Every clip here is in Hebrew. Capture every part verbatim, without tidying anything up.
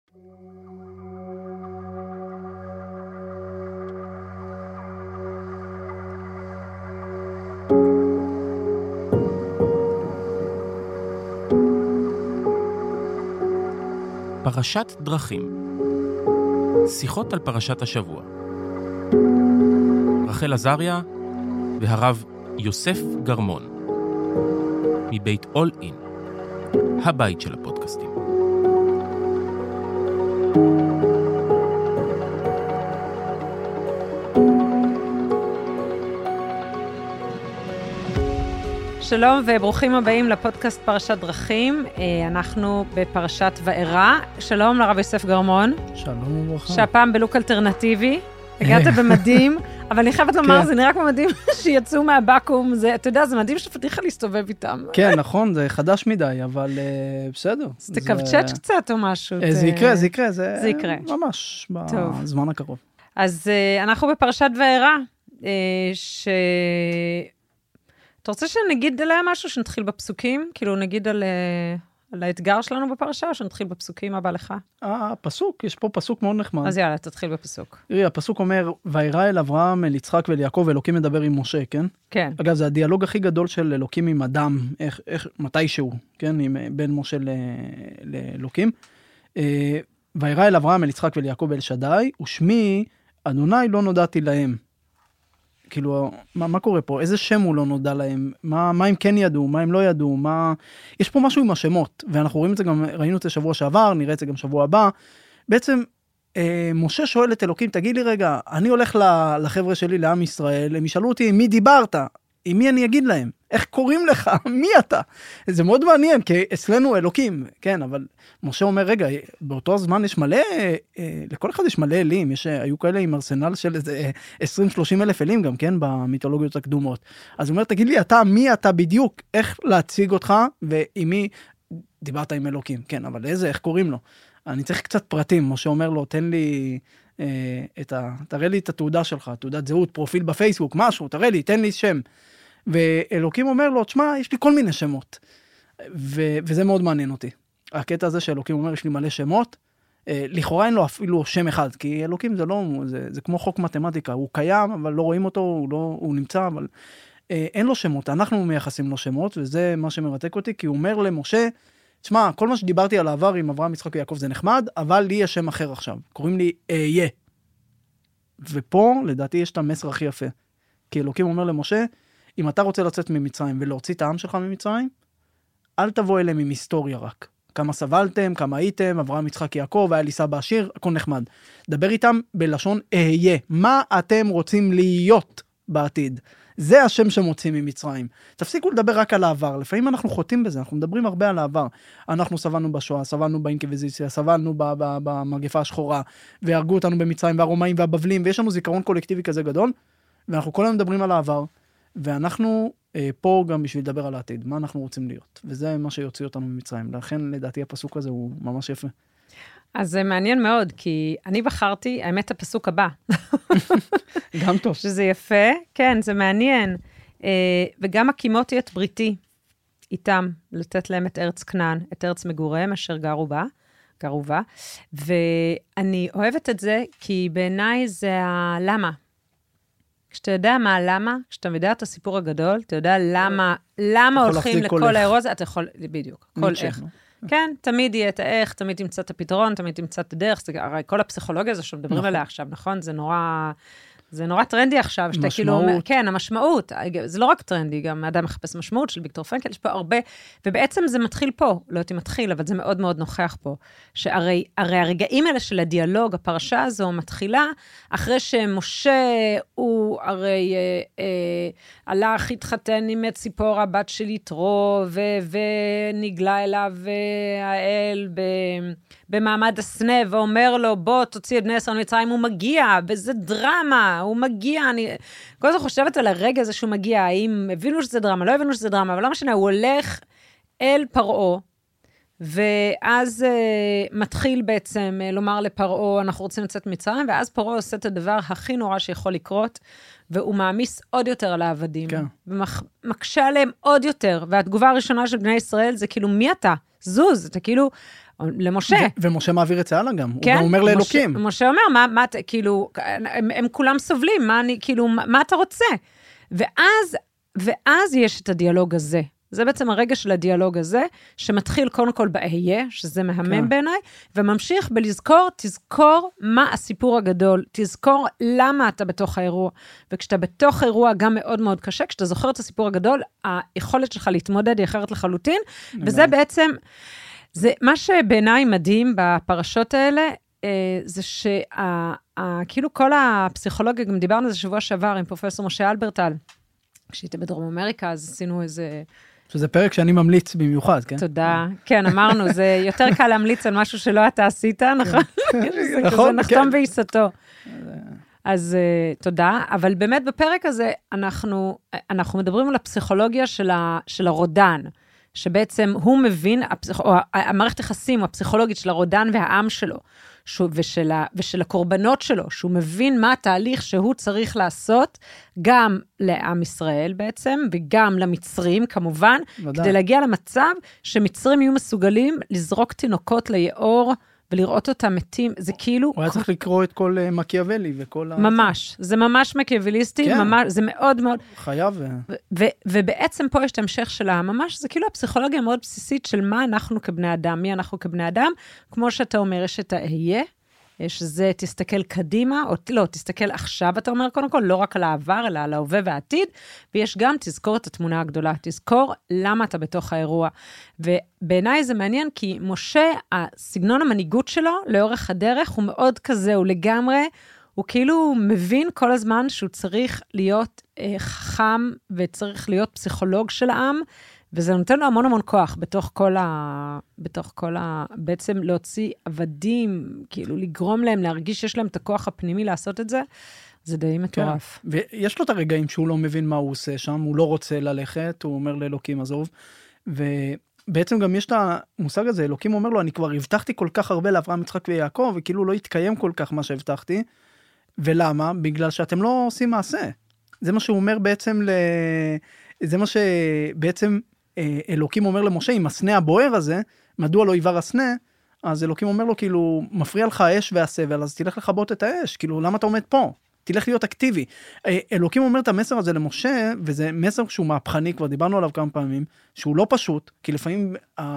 פרשת דרכים. שיחות על פרשת השבוע. רחל עזריה והרב יוסף גרמון. מבית אול אין, הבית של הפודקאסטים. שלום וברוכים הבאים לפודקאסט פרשת דרכים. אנחנו בפרשת וארא. שלום לרב יוסף גרמון. שלום וברכה. שהפעם בלוק אלטרנטיבי. הגעת במדים, אבל אני חייבת לומר, זה נראה כמו מדים שיצאו מהבקום. אתה יודע, זה מדים שפתיחה להסתובב איתם. כן, נכון, זה חדש מדי, אבל בסדר. אז תקבצ'ץ' קצת או משהו. זה יקרה, זה יקרה. זה יקרה. ממש בזמן הקרוב. אז אנחנו בפרשת וארא, ש... אתה רוצה שנגיד עליה משהו, שנתחיל בפסוקים? כאילו נגיד על, על האתגר שלנו בפרשה, או שנתחיל בפסוקים? מה בא לך? הפסוק, יש פה פסוק מאוד נחמד. אז יאללה, תתחיל בפסוק. תראי, הפסוק אומר, וירא אל אברהם, אל יצחק ואל יעקב, אלוקים מדבר עם משה, כן? כן. אגב, זה הדיאלוג הכי גדול של אלוקים עם אדם, איך, איך, מתישהו, כן? עם, בין משה ל, לאלוקים. וירא אל אברהם, אל יצחק ואל יעקב ואל שדי, ושמי, אדוני לא נודעתי להם. כאילו, מה, מה קורה פה? איזה שם הוא לא נודע להם? מה, מה הם כן ידעו? מה הם לא ידעו? מה... יש פה משהו עם השמות, ואנחנו רואים את זה גם, ראינו את זה שבוע שעבר, נראה את זה גם שבוע הבא. בעצם, אה, משה שואל את אלוקים, תגיד לי רגע, אני הולך לחבר'ה שלי, לעם ישראל, הם ישאלו אותי, עם מי דיברת? עם מי אני אגיד להם? איך קוראים לך? מי אתה? זה מאוד מעניין, כי אצלנו אלוקים, כן, אבל משה אומר, רגע, באותו הזמן יש מלא, לכל אחד יש מלא אלים, יש, היו כאלה עם ארסנל של איזה עשרים שלושים אלף אלים גם, כן, במיתולוגיות הקדומות. אז הוא אומר, תגיד לי, אתה, מי אתה בדיוק? איך להציג אותך, ועם מי דיברת עם אלוקים? כן, אבל איזה, איך קוראים לו? אני צריך קצת פרטים, משה אומר לו, תן לי... את ה... תראה לי את התעודה שלך, תעודת זהות, פרופיל בפייסבוק, משהו, תראה לי, תן לי שם. ואלוקים אומר לו, תשמע, יש לי כל מיני שמות. ו... וזה מאוד מעניין אותי. הקטע הזה שאלוקים אומר, יש לי מלא שמות, לכאורה אין לו אפילו שם אחד, כי אלוקים זה לא, זה, זה כמו חוק מתמטיקה, הוא קיים, אבל לא רואים אותו, הוא, לא, הוא נמצא, אבל אין לו שמות, אנחנו מייחסים לו שמות, וזה מה שמרתק אותי, כי הוא אומר למשה, תשמע, כל מה שדיברתי על העבר עם אברהם, יצחק ויעקב זה נחמד, אבל לי יש שם אחר עכשיו. קוראים לי אהיה. ופה, לדעתי, יש את המסר הכי יפה. כי אלוקים אומר למשה, אם אתה רוצה לצאת ממצרים ולהוציא את העם שלך ממצרים, אל תבוא אליהם עם היסטוריה רק. כמה סבלתם, כמה הייתם, אברהם, יצחק, יעקב, היה לי סבא עשיר, הכל נחמד. דבר איתם בלשון אהיה. מה אתם רוצים להיות בעתיד? זה השם שמוצאים ממצרים. תפסיקו לדבר רק על העבר. לפעמים אנחנו חוטאים בזה, אנחנו מדברים הרבה על העבר. אנחנו סבלנו בשואה, סבלנו באינקוויזיציה, סבלנו במגפה השחורה, והרגו אותנו במצרים, והרומאים והבבלים, ויש לנו זיכרון קולקטיבי כזה גדול, ואנחנו כל היום מדברים על העבר, ואנחנו אה, פה גם בשביל לדבר על העתיד, מה אנחנו רוצים להיות. וזה מה שיוציא אותנו ממצרים. לכן, לדעתי, הפסוק הזה הוא ממש יפה. אז זה מעניין מאוד, כי אני בחרתי, האמת, הפסוק הבא. גם טוב. שזה יפה, כן, זה מעניין. וגם הקימותי את בריתי איתם, לתת להם את ארץ כנען, את ארץ מגוריהם, אשר גרו בה, גרו בה. ואני אוהבת את זה, כי בעיניי זה הלמה. כשאתה יודע מה הלמה, כשאתה יודע את הסיפור הגדול, אתה יודע למה, למה הולכים לכל האירוע הזה, אתה יכול, בדיוק, כל איך. כן, תמיד יהיה את האיך, תמיד תמצא את הפתרון, תמיד תמצא את הדרך, זה, הרי כל הפסיכולוגיה הזו שמדברים עליה עכשיו, נכון? זה נורא, זה נורא טרנדי עכשיו, שאתה כאילו, כן, המשמעות, זה לא רק טרנדי, גם האדם מחפש משמעות של ויקטור פרנקל, יש פה הרבה, ובעצם זה מתחיל פה, לא יודעת אם מתחיל, אבל זה מאוד מאוד נוכח פה, שהרי הרי הרגעים האלה של הדיאלוג, הפרשה הזו מתחילה, אחרי שמשה הוא הרי אה, אה, הלך, התחתן עם ציפורה, בת של יתרו, ו- ונגלה אליו האל ב... במעמד הסנה, ואומר לו, בוא תוציא את בני ישראל ממצרים, הוא מגיע, וזה דרמה, הוא מגיע, אני כל הזמן חושבת על הרגע הזה שהוא מגיע, האם הבינו שזה דרמה, לא הבינו שזה דרמה, אבל לא משנה, הוא הולך אל פרעה, ואז uh, מתחיל בעצם uh, לומר לפרעה, אנחנו רוצים לצאת מצרים, ואז פרעה עושה את הדבר הכי נורא שיכול לקרות, והוא מעמיס עוד יותר על העבדים, כן. ומקשה עליהם עוד יותר, והתגובה הראשונה של בני ישראל זה כאילו, מי אתה? זוז, אתה כאילו, למשה. ומשה מעביר את זה הלאה גם, כן? הוא גם אומר לאלוקים. משה, משה אומר, מה, מה, כאילו, הם, הם כולם סובלים, מה, אני, כאילו, מה, מה אתה רוצה? ואז, ואז יש את הדיאלוג הזה. זה בעצם הרגע של הדיאלוג הזה, שמתחיל קודם כל באהיה, שזה מהמם כן. בעיניי, וממשיך בלזכור, תזכור מה הסיפור הגדול, תזכור למה אתה בתוך האירוע, וכשאתה בתוך אירוע גם מאוד מאוד קשה, כשאתה זוכר את הסיפור הגדול, היכולת שלך להתמודד היא אחרת לחלוטין, וזה בעצם, זה מה שבעיניי מדהים בפרשות האלה, זה שכאילו כל הפסיכולוגיה, גם דיברנו על זה שבוע שעבר עם פרופסור משה אלברטל, כשהייתי בדרום אמריקה, אז עשינו איזה... שזה פרק שאני ממליץ במיוחד, כן? תודה. כן, אמרנו, זה יותר קל להמליץ על משהו שלא אתה עשית, נכון? זה כזה נחתום בעיסתו. אז תודה, אבל באמת בפרק הזה, אנחנו מדברים על הפסיכולוגיה של הרודן, שבעצם הוא מבין, או המערכת יחסים הפסיכולוגית של הרודן והעם שלו, ושל, ושל הקורבנות שלו, שהוא מבין מה התהליך שהוא צריך לעשות, גם לעם ישראל בעצם, וגם למצרים כמובן, ודאי. כדי להגיע למצב שמצרים יהיו מסוגלים לזרוק תינוקות ליאור, ולראות אותם מתים, זה כאילו... הוא היה צריך לקרוא את כל מקיאוולי וכל... ממש, זה ממש מקיאווליסטי, כן. ממש, זה מאוד מאוד... חייב. ו- ו- ובעצם פה יש את המשך שלה, ממש, זה כאילו הפסיכולוגיה המאוד בסיסית של מה אנחנו כבני אדם, מי אנחנו כבני אדם, כמו שאתה אומר, יש את האהיה, יש זה, תסתכל קדימה, או לא, תסתכל עכשיו, אתה אומר קודם כל, לא רק על העבר, אלא על ההווה והעתיד, ויש גם, תזכור את התמונה הגדולה, תזכור למה אתה בתוך האירוע. ובעיניי זה מעניין, כי משה, הסגנון המנהיגות שלו, לאורך הדרך, הוא מאוד כזה, הוא לגמרי, הוא כאילו מבין כל הזמן שהוא צריך להיות אה, חכם, וצריך להיות פסיכולוג של העם, וזה נותן לו המון המון כוח בתוך כל ה... בתוך כל ה... בעצם להוציא עבדים, כאילו לגרום להם, להרגיש שיש להם את הכוח הפנימי לעשות את זה, זה די מטורף. כן. ויש לו את הרגעים שהוא לא מבין מה הוא עושה שם, הוא לא רוצה ללכת, הוא אומר לאלוקים עזוב, ובעצם גם יש את המושג הזה, אלוקים אומר לו, אני כבר הבטחתי כל כך הרבה לאברהם, יצחק ויעקב, וכאילו לא התקיים כל כך מה שהבטחתי, ולמה? בגלל שאתם לא עושים מעשה. זה מה שהוא אומר בעצם ל... זה מה שבעצם אלוקים אומר למשה, עם הסנה הבוער הזה, מדוע לא עיוור הסנה, אז אלוקים אומר לו, כאילו, מפריע לך האש והסבל, אז תלך לכבות את האש, כאילו, למה אתה עומד פה? תלך להיות אקטיבי. אלוקים אומר את המסר הזה למשה, וזה מסר שהוא מהפכני, כבר דיברנו עליו כמה פעמים, שהוא לא פשוט, כי לפעמים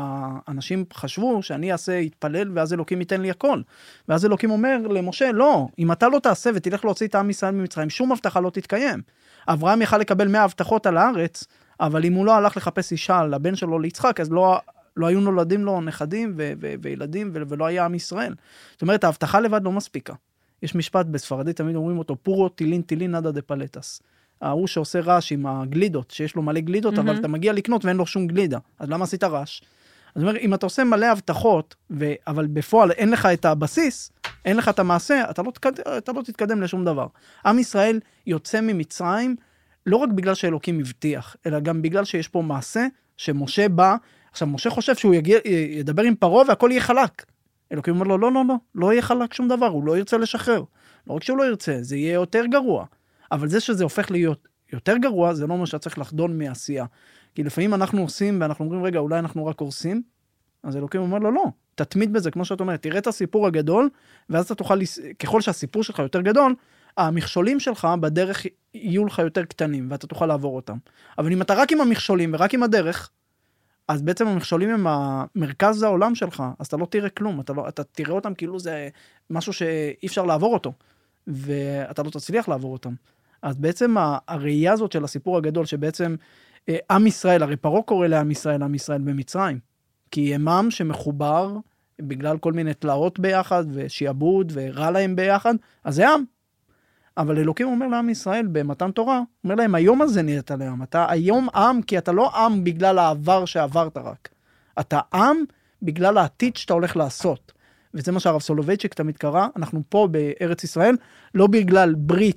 האנשים חשבו שאני אעשה, יתפלל, ואז אלוקים ייתן לי הכל. ואז אלוקים אומר למשה, לא, אם אתה לא תעשה ותלך להוציא את העם ישראל ממצרים, שום הבטחה לא תתקיים. אברהם יכל לקבל מאה הבטחות על הארץ, אבל אם הוא לא הלך לחפש אישה לבן שלו ליצחק, אז לא, לא היו נולדים לו נכדים ו- ו- וילדים, ו- ולא היה עם ישראל. זאת אומרת, ההבטחה לבד לא מספיקה. יש משפט בספרדית, תמיד אומרים אותו, פורו טילין טילין נדה דה פלטס. ההוא שעושה רעש עם הגלידות, שיש לו מלא גלידות, mm-hmm. אבל אתה מגיע לקנות ואין לו שום גלידה. אז למה עשית רעש? אז אומר, אם אתה עושה מלא הבטחות, ו- אבל בפועל אין לך את הבסיס, אין לך את המעשה, אתה לא, תקד... אתה לא תתקדם לשום דבר. עם ישראל יוצא ממצרים, לא רק בגלל שאלוקים הבטיח, אלא גם בגלל שיש פה מעשה, שמשה בא, עכשיו משה חושב שהוא יגיע, ידבר עם פרעה והכל יהיה חלק. אלוקים אומר לו, לא, לא, לא, לא יהיה חלק שום דבר, הוא לא ירצה לשחרר. לא רק שהוא לא ירצה, זה יהיה יותר גרוע. אבל זה שזה הופך להיות יותר גרוע, זה לא אומר שאתה צריך לחדול מעשייה. כי לפעמים אנחנו עושים, ואנחנו אומרים, רגע, אולי אנחנו רק הורסים, אז אלוקים אומר לו, לא, תתמיד בזה, כמו שאת אומרת, תראה את הסיפור הגדול, ואז אתה תוכל, ככל שהסיפור שלך יותר גדול, המכשולים שלך בדרך יהיו לך יותר קטנים, ואתה תוכל לעבור אותם. אבל אם אתה רק עם המכשולים ורק עם הדרך, אז בעצם המכשולים הם המרכז העולם שלך, אז אתה לא תראה כלום, אתה, לא, אתה תראה אותם כאילו זה משהו שאי אפשר לעבור אותו, ואתה לא תצליח לעבור אותם. אז בעצם הראייה הזאת של הסיפור הגדול, שבעצם עם ישראל, הרי פרעה קורא לעם ישראל, עם ישראל במצרים, כי הם עם שמחובר בגלל כל מיני תלאות ביחד, ושיעבוד, ורע להם ביחד, אז זה עם. אבל אלוקים אומר לעם ישראל במתן תורה, אומר להם, היום הזה נהיית לעם, אתה היום עם, כי אתה לא עם בגלל העבר שעברת רק. אתה עם בגלל העתיד שאתה הולך לעשות. וזה מה שהרב סולובייצ'יק תמיד קרא, אנחנו פה בארץ ישראל, לא בגלל ברית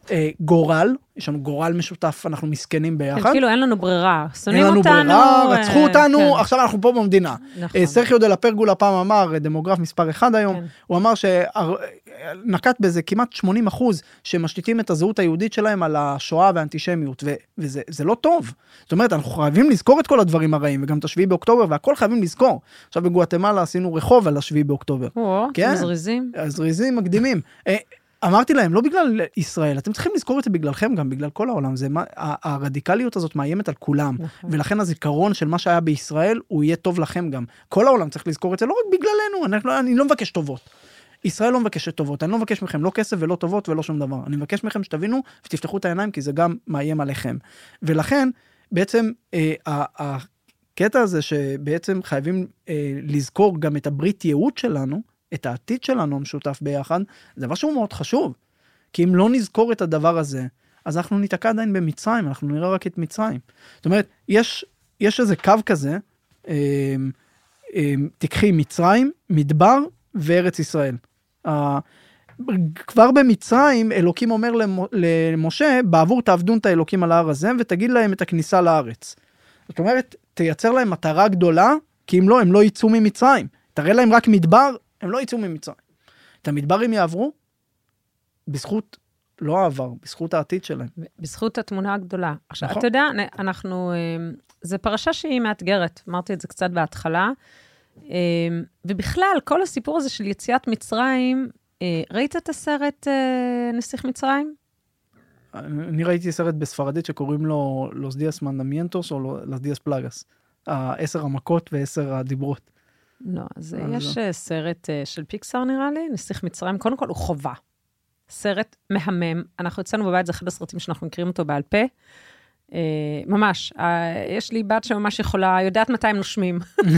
אה, גורל, יש לנו גורל משותף, אנחנו מסכנים ביחד. כאילו אין לנו ברירה, שונאים אותנו. אין לנו אותנו. ברירה, רצחו אה, אותנו, כן. עכשיו אנחנו פה במדינה. נכון. אה, סרחיו דה לה פרגולה פעם אמר, דמוגרף מספר אחד היום, כן. הוא אמר שנקט בזה כמעט שמונים אחוז שמשתיתים את הזהות היהודית שלהם על השואה והאנטישמיות, ו- וזה זה לא טוב. זאת אומרת, אנחנו חייבים לזכור את כל הדברים הרעים, וגם את השביעי באוקטובר, והכל חייבים לזכור. עכשיו בגואטמלה עשינו רחוב על השביעי באוקטובר. או, כן. זריזים. זריזים מקדימים. אמרתי להם, לא בגלל ישראל, אתם צריכים לזכור את זה בגללכם, גם בגלל כל העולם. זה מה, הרדיקליות הזאת מאיימת על כולם, נכון. ולכן הזיכרון של מה שהיה בישראל, הוא יהיה טוב לכם גם. כל העולם צריך לזכור את זה, לא רק בגללנו, אני, אני לא מבקש טובות. ישראל לא מבקשת טובות, אני לא מבקש מכם לא כסף ולא טובות ולא שום דבר. אני מבקש מכם שתבינו ותפתחו את העיניים, כי זה גם מאיים עליכם. ולכן, בעצם, אה, הקטע הזה שבעצם חייבים אה, לזכור גם את הברית ייעוד שלנו, את העתיד שלנו המשותף ביחד, זה דבר שהוא מאוד חשוב. כי אם לא נזכור את הדבר הזה, אז אנחנו ניתקע עדיין במצרים, אנחנו נראה רק את מצרים. זאת אומרת, יש, יש איזה קו כזה, אה, אה, תקחי מצרים, מדבר וארץ ישראל. אה, כבר במצרים, אלוקים אומר למשה, בעבור תעבדון את האלוקים על ההר הזה, ותגיד להם את הכניסה לארץ. זאת אומרת, תייצר להם מטרה גדולה, כי אם לא, הם לא יצאו ממצרים. תראה להם רק מדבר, הם לא יצאו ממצרים. את המדבר הם יעברו, בזכות, לא העבר, בזכות העתיד שלהם. בזכות התמונה הגדולה. עכשיו, נכון. אתה יודע, אנחנו, זו פרשה שהיא מאתגרת, אמרתי את זה קצת בהתחלה, ובכלל, כל הסיפור הזה של יציאת מצרים, ראית את הסרט נסיך מצרים? אני ראיתי סרט בספרדית שקוראים לו Los Días Mandamientos או Los Días Plagas. העשר המכות ועשר הדיברות. לא, אז יש סרט של פיקסאר נראה לי, נסיך מצרים, קודם כל הוא חובה. סרט מהמם, אנחנו יצאנו בבית, זה אחד הסרטים שאנחנו מכירים אותו בעל פה, ממש, יש לי בת שממש יכולה, יודעת מתי הם נושמים.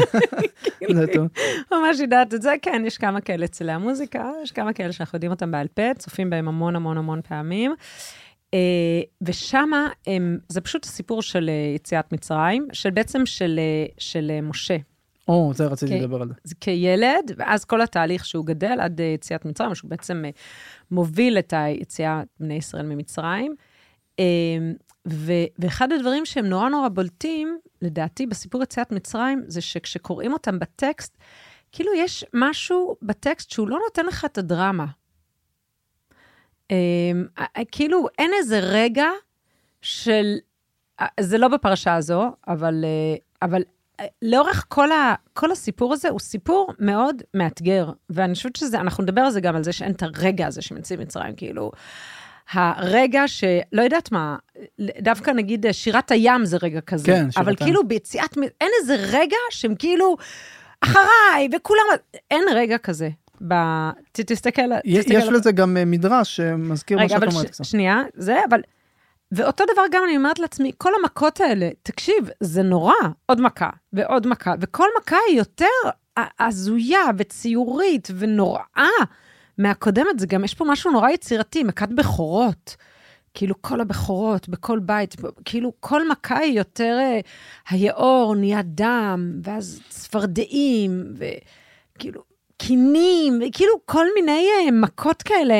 זה טוב. ממש יודעת את זה, כן, יש כמה כאלה אצלי המוזיקה, יש כמה כאלה שאנחנו יודעים אותם בעל פה, צופים בהם המון המון המון פעמים, ושמה, זה פשוט הסיפור של יציאת מצרים, של בעצם של משה. או, זה רציתי לדבר על זה. זה כילד, ואז כל התהליך שהוא גדל עד יציאת מצרים, שהוא בעצם מוביל את היציאת בני ישראל ממצרים, ואחד הדברים שהם נורא נורא בולטים, לדעתי, בסיפור יציאת מצרים, זה שכשקוראים אותם בטקסט, כאילו יש משהו בטקסט שהוא לא נותן לך את הדרמה. כאילו אין איזה רגע של, זה לא בפרשה הזו, אבל, אבל לאורך כל, ה, כל הסיפור הזה, הוא סיפור מאוד מאתגר, ואני חושבת שזה, אנחנו נדבר על זה גם על זה שאין את הרגע הזה שמציב מצרים, כאילו, הרגע שלא יודעת מה, דווקא נגיד שירת הים זה רגע כזה, כן, אבל כאילו ביציאת, אין איזה רגע שהם כאילו, אחריי, וכולם, אין רגע כזה. ב... תסתכל, יש תסתכל לזה גם מדרש שמזכיר מה שאת אומרת. רגע, אבל שנייה, זה, אבל, ואותו דבר גם אני אומרת לעצמי, כל המכות האלה, תקשיב, זה נורא, עוד מכה, ועוד מכה, וכל מכה היא יותר הזויה וציורית ונוראה מהקודמת, זה גם, יש פה משהו נורא יצירתי, מכת בכורות, כאילו כל הבכורות, בכל בית, כאילו כל מכה היא יותר, היאור נהיה דם, ואז צפרדעים, וכאילו, קינים, וכאילו כל מיני מכות כאלה,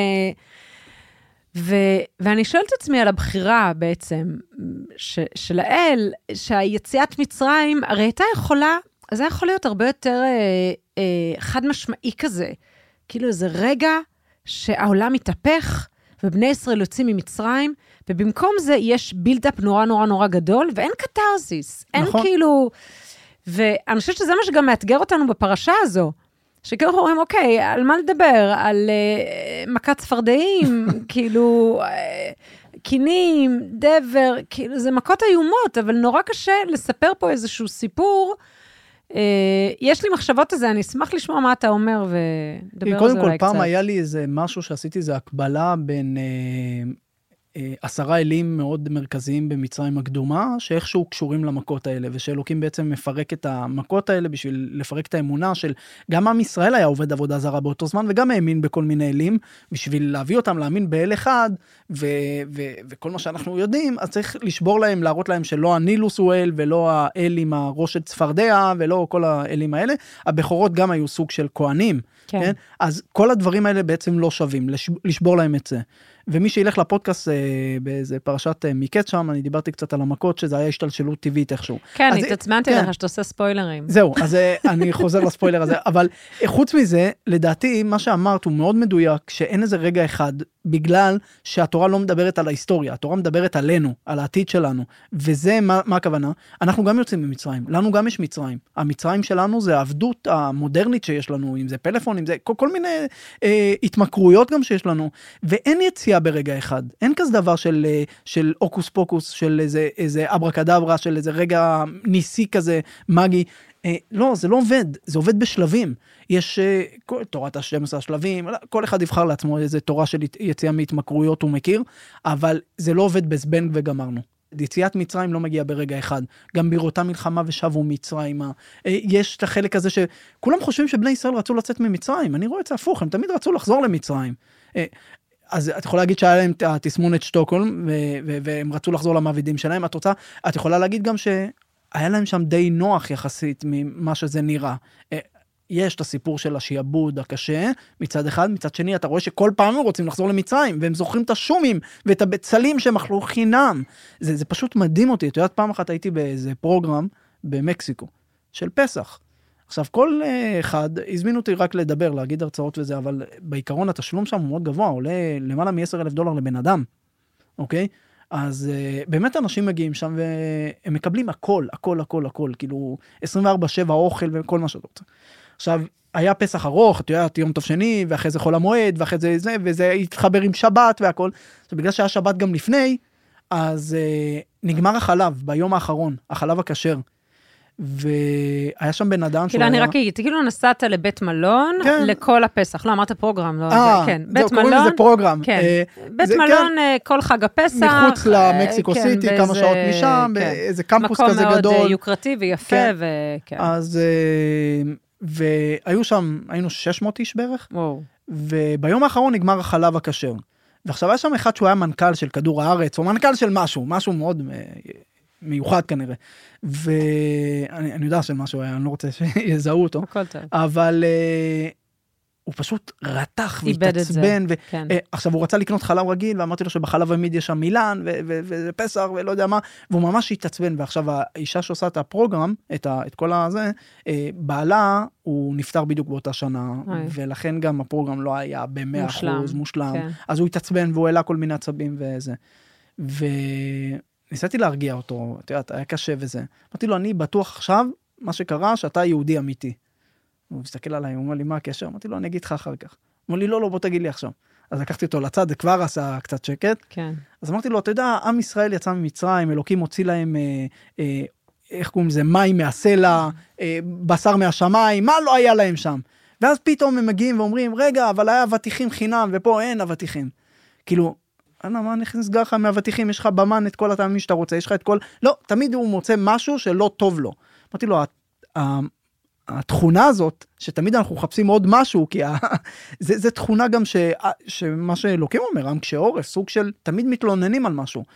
ו, ואני שואלת את עצמי על הבחירה בעצם, ש, של האל, שהיציאת מצרים, הרי הייתה יכולה, אז זה יכול להיות הרבה יותר אה, אה, חד משמעי כזה, כאילו איזה רגע שהעולם מתהפך, ובני ישראל יוצאים ממצרים, ובמקום זה יש בילדאפ נורא נורא נורא גדול, ואין קטרזיס, אין נכון. כאילו, ואני חושבת שזה מה שגם מאתגר אותנו בפרשה הזו, שכאילו אומרים, אוקיי, על מה לדבר? על uh, מכת צפרדעים, כאילו, uh, קינים, דבר, כאילו, זה מכות איומות, אבל נורא קשה לספר פה איזשהו סיפור. Uh, יש לי מחשבות על זה, אני אשמח לשמוע מה אתה אומר, ודבר על זה קודם כל, אולי קצת. פעם היה לי איזה משהו שעשיתי, איזו הקבלה בין אה, אה, עשרה אלים מאוד מרכזיים במצרים הקדומה, שאיכשהו קשורים למכות האלה, ושאלוקים בעצם מפרק את המכות האלה, בשביל לפרק את האמונה של, גם עם ישראל היה עובד עבודה זרה באותו זמן, וגם האמין בכל מיני אלים, בשביל להביא אותם להאמין באל אחד, ו- ו- וכל מה שאנחנו יודעים, אז צריך לשבור להם, להראות להם שלא הנילוס הוא אל, ולא האל עם הראש של צפרדע, ולא כל האלים האלה. הבכורות גם היו סוג של כהנים, כן. כן? אז כל הדברים האלה בעצם לא שווים, לשבור להם את זה. ומי שילך לפודקאסט באיזה פרשת מקץ שם, אני דיברתי קצת על המכות, שזה היה השתלשלות טבעית איכשהו. כן, התעצמנתי לך שאתה עושה ספוילרים. זהו, אז אני חוזר לספוילר הזה, אבל חוץ מזה, לדעתי, מה שאמרת הוא מאוד מדויק, שאין איזה רגע אחד, בגלל שהתורה לא מדברת על ההיסטוריה, התורה מדברת עלינו, על העתיד שלנו, וזה מה, מה הכוונה? אנחנו גם יוצאים ממצרים, לנו גם יש מצרים. המצרים שלנו זה העבדות המודרנית שיש לנו, אם זה פלאפון, אם זה כל, כל מיני אה, התמכרויות גם שיש לנו, ואין יציאה ברגע אחד. אין כזה דבר של, של אוקוס פוקוס, של איזה, איזה אברקדברה, של איזה רגע ניסי כזה, מגי. אה, לא, זה לא עובד, זה עובד בשלבים. יש אה, כל, תורת ה-שנים עשר שלבים, כל אחד יבחר לעצמו איזה תורה של יציאה מהתמכרויות הוא מכיר, אבל זה לא עובד בזבנג וגמרנו. יציאת מצרים לא מגיעה ברגע אחד. גם בראותה מלחמה ושבו מצרימה. יש את החלק הזה שכולם חושבים שבני ישראל רצו לצאת ממצרים. אני רואה את זה הפוך, הם תמיד רצו לחזור למצרים. אז את יכולה להגיד שהיה להם תסמונת שטוקהולם, והם רצו לחזור למעבידים שלהם. את רוצה, את יכולה להגיד גם שהיה להם שם די נוח יחסית ממה שזה נראה. יש את הסיפור של השיעבוד הקשה, מצד אחד, מצד שני, אתה רואה שכל פעם הם רוצים לחזור למצרים, והם זוכרים את השומים, ואת הבצלים שהם אכלו חינם. זה, זה פשוט מדהים אותי. את יודעת, פעם אחת הייתי באיזה פרוגרם במקסיקו, של פסח. עכשיו, כל אחד הזמין אותי רק לדבר, להגיד הרצאות וזה, אבל בעיקרון התשלום שם הוא מאוד גבוה, עולה למעלה מ-עשרת אלפים דולר לבן אדם, אוקיי? אז באמת אנשים מגיעים שם, והם מקבלים הכל, הכל, הכל, הכל, כאילו עשרים וארבע שבע אוכל וכל מה שאתה רוצה. עכשיו, היה פסח ארוך, אתה יודע, יום טוב שני, ואחרי זה חול המועד, ואחרי זה זה, וזה התחבר עם שבת והכל. עכשיו, בגלל שהיה שבת גם לפני, אז אה, נגמר החלב ביום האחרון, החלב הכשר. והיה שם בן אדם כאילו, אני רק אגיד, כאילו נסעת לבית מלון, לכל הפסח, לא, אמרת פרוגרם, לא, כן, בית מלון, קוראים לזה פרוגרם. כן, בית מלון, כל חג הפסח. מחוץ למקסיקו סיטי, כמה שעות משם, באיזה קמפוס כזה גדול. מקום מאוד יוקרתי ויפה, וכן. אז, והיו שם, היינו שש מאות איש בערך, וביום האחרון נגמר החלב הכשר. ועכשיו היה שם אחד שהוא היה מנכ"ל של כדור הארץ, או מנכ"ל של משהו, משהו מאוד מיוחד כנראה. ואני אני יודע של משהו, אני לא רוצה שיזהו אותו. הכל טוב. אבל uh, הוא פשוט רתח והתעצבן. ו- כן. uh, עכשיו הוא רצה לקנות חלב רגיל, ואמרתי לו שבחלב עמיד יש שם מילן, ופסח ולא יודע מה, והוא ממש התעצבן. ועכשיו האישה שעושה את הפרוגרם, את, ה- את כל הזה, uh, בעלה, הוא נפטר בדיוק באותה שנה, אי. ולכן גם הפרוגרם לא היה ב-מאה אחוז מושלם. כן. אז הוא התעצבן, והוא העלה כל מיני עצבים וזה. ו... ניסיתי להרגיע אותו, אתה יודע, היה קשה וזה. אמרתי לו, אני בטוח עכשיו, מה שקרה, שאתה יהודי אמיתי. הוא מסתכל עליי, הוא אומר לי, מה הקשר? אמרתי לו, אני אגיד לך אחר כך. הוא אומר לי, לא, לא, בוא תגיד לי עכשיו. אז לקחתי אותו לצד, זה כבר עשה קצת שקט. כן. אז אמרתי לו, אתה יודע, עם ישראל יצא ממצרים, אלוקים הוציא להם, אה, אה, איך קוראים לזה, מים מהסלע, אה, בשר מהשמיים, מה לא היה להם שם? ואז פתאום הם מגיעים ואומרים, רגע, אבל היה אבטיחים חינם, ופה אין אבטיחים. כאילו, אנה, מה נסגר לך מהוותיכים, יש לך במן את כל הטעמים שאתה רוצה, יש לך את כל... לא, תמיד הוא מוצא משהו שלא טוב לו. אמרתי לו, התכונה הזאת, שתמיד אנחנו מחפשים עוד משהו, כי זה, זה תכונה גם ש, שמה שאלוקים אומר, עם כשעורף, סוג של תמיד מתלוננים על משהו.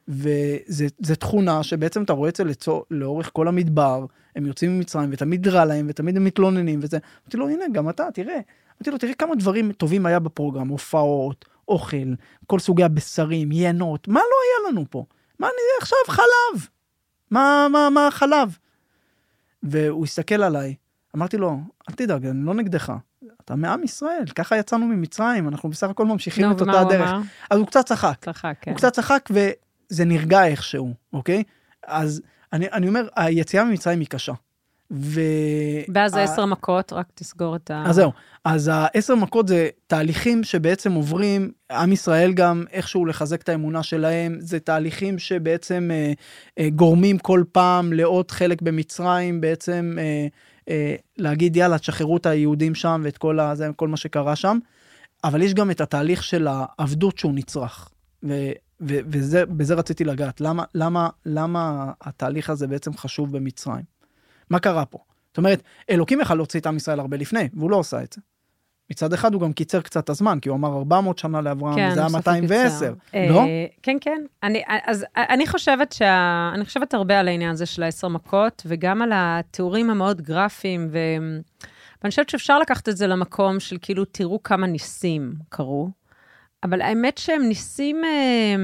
וזה תכונה שבעצם אתה רואה את זה לצור, לאורך כל המדבר, הם יוצאים ממצרים, ותמיד רע להם, ותמיד הם מתלוננים, וזה. אמרתי לו, הנה, גם אתה, תראה. אמרתי לו, תראה כמה דברים טובים היה בפרוגרם, הופעות, אוכל, כל סוגי הבשרים, ינות, מה לא היה לנו פה? מה אני עכשיו חלב? מה, מה, מה חלב? והוא הסתכל עליי, אמרתי לו, אל תדאג, אני לא נגדך, אתה מעם ישראל, ככה יצאנו ממצרים, אנחנו בסך הכל ממשיכים את אותה הדרך. אז הוא קצת צחק, צחק, כן. הוא קצת צחק וזה נרגע איכשהו, אוקיי? אז אני, אני אומר, היציאה ממצרים היא קשה. ו... ואז העשר מכות, רק תסגור את ה... אז זהו, אז העשר מכות זה תהליכים שבעצם עוברים, עם ישראל גם איכשהו לחזק את האמונה שלהם, זה תהליכים שבעצם אה, אה, גורמים כל פעם לעוד חלק במצרים, בעצם אה, אה, להגיד יאללה, תשחררו את היהודים שם ואת כל, הזה, כל מה שקרה שם, אבל יש גם את התהליך של העבדות שהוא נצרך, ו... ו- וזה, בזה רציתי לגעת, למה, למה, למה התהליך הזה בעצם חשוב במצרים? מה קרה פה? זאת אומרת, אלוקים יכל להוציא את עם ישראל הרבה לפני, והוא לא עושה את זה. מצד אחד הוא גם קיצר קצת הזמן, כי הוא אמר ארבע מאות שנה לאברהם, כן, וזה היה מאתיים ועשר, לא? כן, כן. אני, אז אני חושבת שה, אני חושבת הרבה על העניין הזה של העשר מכות, וגם על התיאורים המאוד גרפיים, ואני חושבת שאפשר לקחת את זה למקום של כאילו, תראו כמה ניסים קרו, אבל האמת שהם ניסים, אה,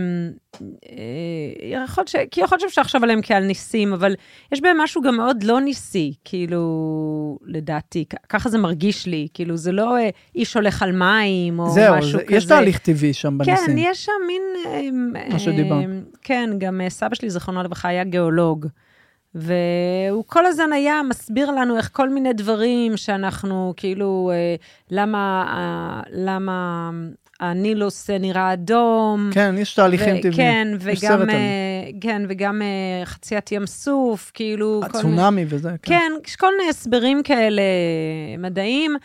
אה, יכול ש... כי יכול להיות שאפשר לחשוב עליהם כעל ניסים, אבל יש בהם משהו גם מאוד לא ניסי, כאילו, לדעתי, ככה זה מרגיש לי, כאילו, זה לא אה, איש הולך על מים, או זהו, משהו זה, כזה. יש תהליך טבעי שם בניסים. כן, יש שם מין... אה, מה שדיבר. אה, כן, גם אה, סבא שלי, זכרונו לברכה, היה גיאולוג, והוא כל הזמן היה מסביר לנו איך כל מיני דברים שאנחנו, כאילו, אה, למה... אה, למה הנילוס נראה אדום. כן, יש תהליכים טבעיים. כן, וגם, כן, וגם חציית ים סוף, כאילו... הצונמי וזה. כן, יש כל מיני הסברים כאלה מדעיים,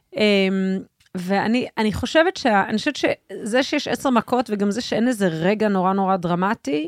ואני אני חושבת שה... אני חושבת שזה שיש עשר מכות, וגם זה שאין איזה רגע נורא נורא דרמטי,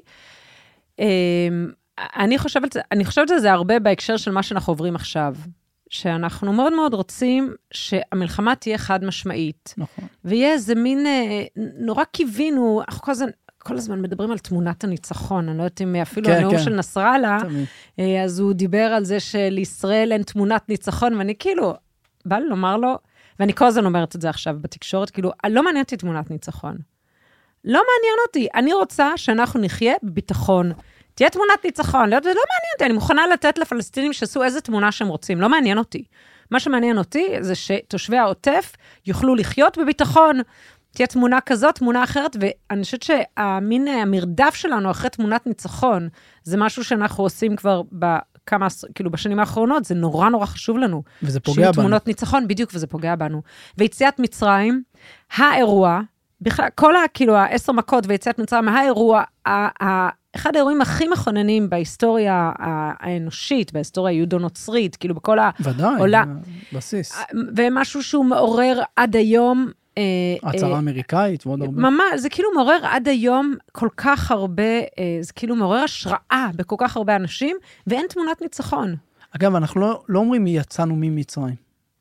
אני חושבת, אני חושבת שזה הרבה בהקשר של מה שאנחנו עוברים עכשיו. שאנחנו מאוד מאוד רוצים שהמלחמה תהיה חד משמעית. נכון. ויהיה איזה מין, נורא קיווינו, אנחנו כל הזמן, כל הזמן מדברים על תמונת הניצחון, אני לא יודעת אם אפילו כן, הנאום כן. של נסראללה, אז הוא דיבר על זה שלישראל אין תמונת ניצחון, ואני כאילו, בא לי לומר לו, ואני כל הזמן אומרת את זה עכשיו בתקשורת, כאילו, לא מעניין אותי תמונת ניצחון. לא מעניין אותי, אני רוצה שאנחנו נחיה בביטחון, תהיה תמונת ניצחון, זה לא מעניין אותי, אני מוכנה לתת לפלסטינים שעשו איזה תמונה שהם רוצים, לא מעניין אותי. מה שמעניין אותי זה שתושבי העוטף יוכלו לחיות בביטחון, תהיה תמונה כזאת, תמונה אחרת, ואני חושבת שהמין המרדף שלנו אחרי תמונת ניצחון, זה משהו שאנחנו עושים כבר בכמה, כאילו בשנים האחרונות, זה נורא נורא חשוב לנו. וזה פוגע בנו. תמונות ניצחון, בדיוק, וזה פוגע בנו. ויציאת מצרים, האירוע, בכלל, כל ה, כאילו, העשר מכות ויציאת מצרים, האירוע, אחד האירועים הכי מכוננים בהיסטוריה האנושית, בהיסטוריה היהודו-נוצרית, כאילו בכל העולם. ודאי, בסיס. ומשהו שהוא מעורר עד היום... הצהרה אמריקאית ועוד הרבה. ממש, זה כאילו מעורר עד היום כל כך הרבה, זה כאילו מעורר השראה בכל כך הרבה אנשים, ואין תמונת ניצחון. אגב, אנחנו לא, לא אומרים מי יצאנו ממצרים.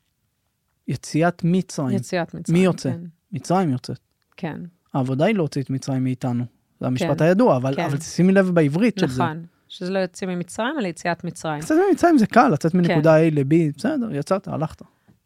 יציאת מצרים. יציאת מצרים, מי יוצא? כן. מצרים יוצאת. כן. העבודה היא להוציא את מצרים מאיתנו. זה המשפט הידוע, אבל, אבל שימי לב בעברית של זה. נכון, שזה לא יוצא ממצרים, אלא יציאת מצרים. יציאת ממצרים זה קל, לצאת מנקודה A ל-B, בסדר, יצאת, הלכת.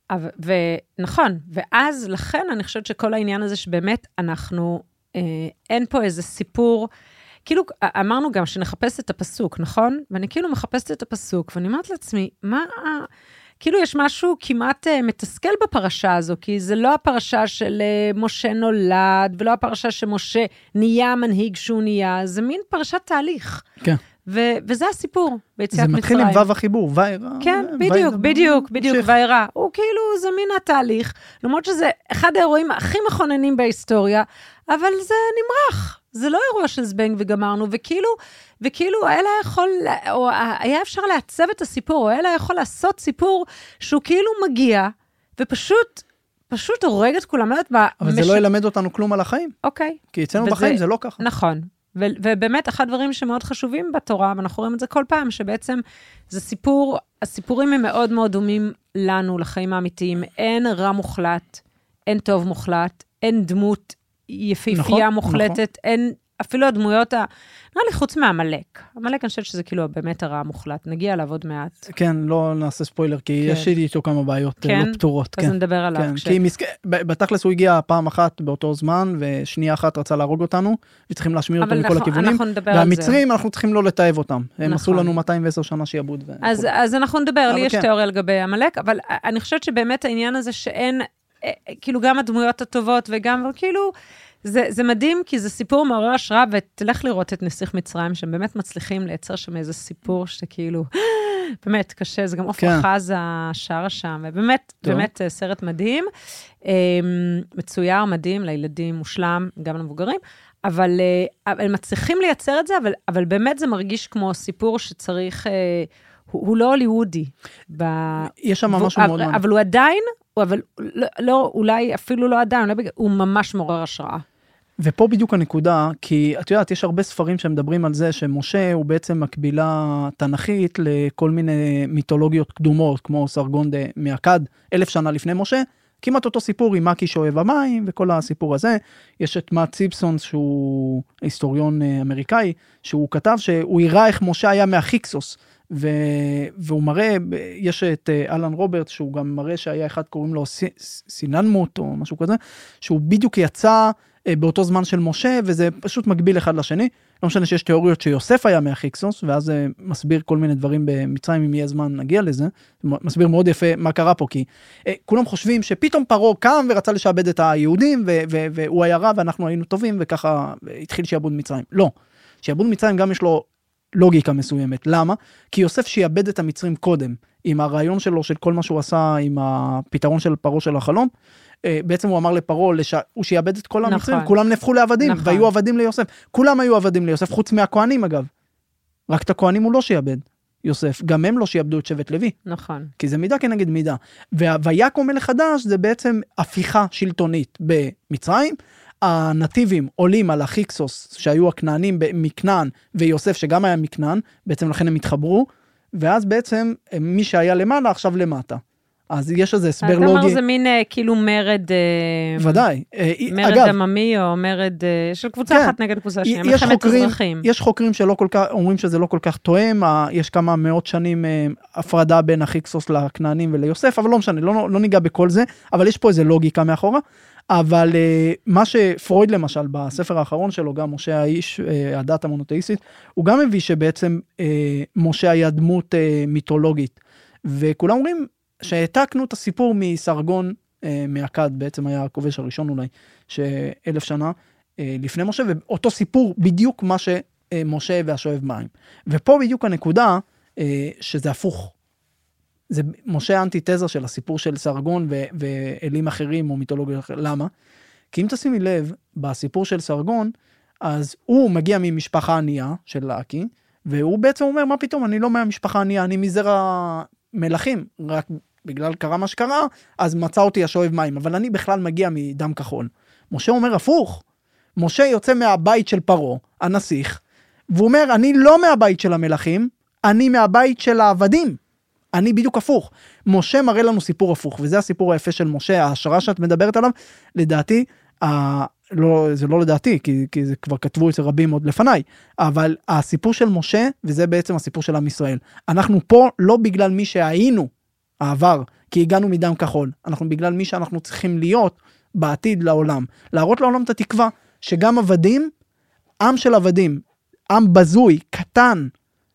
ונכון, ואז לכן אני חושבת שכל העניין הזה שבאמת אנחנו, אה, אין פה איזה סיפור, כאילו אמרנו גם שנחפש את הפסוק, נכון? ואני כאילו מחפשת את הפסוק, ואני אומרת לעצמי, מה... כאילו יש משהו כמעט uh, מתסכל בפרשה הזו, כי זה לא הפרשה של uh, משה נולד, ולא הפרשה שמשה נהיה המנהיג שהוא נהיה, זה מין פרשת תהליך. כן. ו- וזה הסיפור, ביציאת מצרים. זה מתחיל עם וו החיבור, ואירה. כן, בדיוק, בדיוק, בדיוק, ואירה. הוא כאילו, זה מין התהליך, למרות שזה אחד האירועים הכי מכוננים בהיסטוריה, אבל זה נמרח. זה לא אירוע של זבנג וגמרנו, וכאילו, וכאילו, אלה יכול, או היה אפשר לעצב את הסיפור, או אלה יכול לעשות סיפור שהוא כאילו מגיע, ופשוט, פשוט הורג את כולם. אבל זה לא ילמד אותנו כלום על החיים. אוקיי. כי אצלנו בחיים זה לא ככה. נכון. ו- ובאמת, אחד הדברים שמאוד חשובים בתורה, ואנחנו רואים את זה כל פעם, שבעצם זה סיפור, הסיפורים הם מאוד מאוד דומים לנו, לחיים האמיתיים. אין רע מוחלט, אין טוב מוחלט, אין דמות יפיפייה נכון, מוחלטת, נכון. אין אפילו הדמויות, ה... נראה לי חוץ מהמלאק. המלאק אני חושבת שזה כאילו באמת הרע המוחלט. נגיע אליו עוד מעט. כן, לא נעשה ספוילר, כי כן. יש לי איתו כמה בעיות כן? לא פתורות. אז כן. נדבר עליו. כן, כש... כי מסק... בתכלס הוא הגיע פעם אחת באותו זמן, ושנייה אחת רצה להרוג אותנו, וצריכים להשמיע אותו מכל הכיוונים. והמצרים, אנחנו צריכים לא לתאב אותם. הם נכון. עשו לנו מאתיים ועשר שנה שיעבוד. ו... אז, אז אנחנו נדבר, לי יש כן. תיאוריה לגבי המלאק, אבל אני חושבת שבאמת העניין הזה שאין, כאילו גם הדמויות הטובות וגם, כאילו, זה, זה מדהים, כי זה סיפור מעורר השראה, ותלך לראות את נסיך מצרים, שהם באמת מצליחים לייצר שם איזה סיפור, שכאילו, באמת קשה, זה גם עופרה כן. חזה שרה שם, ובאמת, טוב. באמת סרט מדהים, מצויר מדהים, לילדים מושלם, גם למבוגרים, אבל הם מצליחים לייצר את זה, אבל, אבל באמת זה מרגיש כמו סיפור שצריך, הוא, הוא לא הוליוודי. ב... יש שם משהו מאוד מעניין. אבל הוא עדיין, אבל לא, לא, אולי אפילו לא עדיין, הוא ממש מעורר השראה. ופה בדיוק הנקודה, כי את יודעת, יש הרבה ספרים שמדברים על זה, שמשה הוא בעצם מקבילה תנכית לכל מיני מיתולוגיות קדומות, כמו סרגון דה מאקד, אלף שנה לפני משה, כמעט אותו סיפור עם מקי שאוהב המים, וכל הסיפור הזה. יש את מאט סימפסון, שהוא היסטוריון אמריקאי, שהוא כתב שהוא הראה איך משה היה מהחיקסוס, ו... והוא מראה, יש את אלן רוברט, שהוא גם מראה שהיה אחד, קוראים לו ס... סיננמוט, או משהו כזה, שהוא בדיוק יצא באותו זמן של משה, וזה פשוט מקביל אחד לשני. לא משנה שיש תיאוריות שיוסף היה מהחיקסוס, ואז זה מסביר כל מיני דברים במצרים, אם יהיה זמן נגיע לזה. מסביר מאוד יפה מה קרה פה, כי אה, כולם חושבים שפתאום פרעה קם ורצה לשעבד את היהודים, ו- ו- והוא היה רע ואנחנו היינו טובים, וככה התחיל שיעבוד מצרים. לא. שיעבוד מצרים גם יש לו לוגיקה מסוימת. למה? כי יוסף שיעבד את המצרים קודם, עם הרעיון שלו, של כל מה שהוא עשה, עם הפתרון של פרעה של החלום, בעצם הוא אמר לפרעה, הוא שיעבד את כל המצרים, נכון. כולם נהפכו לעבדים, נכון. והיו עבדים ליוסף. כולם היו עבדים ליוסף, חוץ מהכהנים אגב. רק את הכהנים הוא לא שיעבד, יוסף. גם הם לא שיעבדו את שבט לוי. נכון. כי זה מידה כנגד מידה. ויקום מלך חדש זה בעצם הפיכה שלטונית במצרים. הנתיבים עולים על החיקסוס, שהיו הכנענים מכנען, ויוסף שגם היה מכנען, בעצם לכן הם התחברו, ואז בעצם מי שהיה למעלה עכשיו למטה. אז יש איזה הסבר לוגי. אתה אומר זה מין כאילו מרד... ודאי. מרד עממי או מרד של קבוצה אחת נגד קבוצה שנייה, מלחמת אזרחים. יש חוקרים שלא כל כך, אומרים שזה לא כל כך תואם, יש כמה מאות שנים הפרדה בין החיקסוס לכנענים וליוסף, אבל לא משנה, לא ניגע בכל זה, אבל יש פה איזה לוגיקה מאחורה. אבל מה שפרויד למשל, בספר האחרון שלו, גם משה האיש, הדת המונותאיסטית, הוא גם הביא שבעצם משה היה דמות מיתולוגית, וכולם אומרים, שהעתקנו את הסיפור מסרגון אה, מהכד, בעצם היה הכובש הראשון אולי, שאלף שנה אה, לפני משה, ואותו סיפור בדיוק מה שמשה והשואב מים. ופה בדיוק הנקודה אה, שזה הפוך. זה משה האנטיתזה של הסיפור של סרגון ו- ואלים אחרים או מיתולוגיה אחרת. למה? כי אם תשימי לב, בסיפור של סרגון, אז הוא מגיע ממשפחה ענייה של לאקי, והוא בעצם אומר, מה פתאום, אני לא מהמשפחה ענייה, אני מזרע מלכים, רק בגלל קרה מה שקרה, אז מצא אותי השואב מים, אבל אני בכלל מגיע מדם כחול. משה אומר הפוך, משה יוצא מהבית של פרעה, הנסיך, והוא אומר, אני לא מהבית של המלכים, אני מהבית של העבדים, אני בדיוק הפוך. משה מראה לנו סיפור הפוך, וזה הסיפור היפה של משה, ההשראה שאת מדברת עליו, לדעתי, ה... לא, זה לא לדעתי, כי, כי זה כבר כתבו אצל רבים עוד לפניי, אבל הסיפור של משה, וזה בעצם הסיפור של עם ישראל. אנחנו פה לא בגלל מי שהיינו, העבר, כי הגענו מדם כחול, אנחנו בגלל מי שאנחנו צריכים להיות בעתיד לעולם. להראות לעולם את התקווה, שגם עבדים, עם של עבדים, עם בזוי, קטן,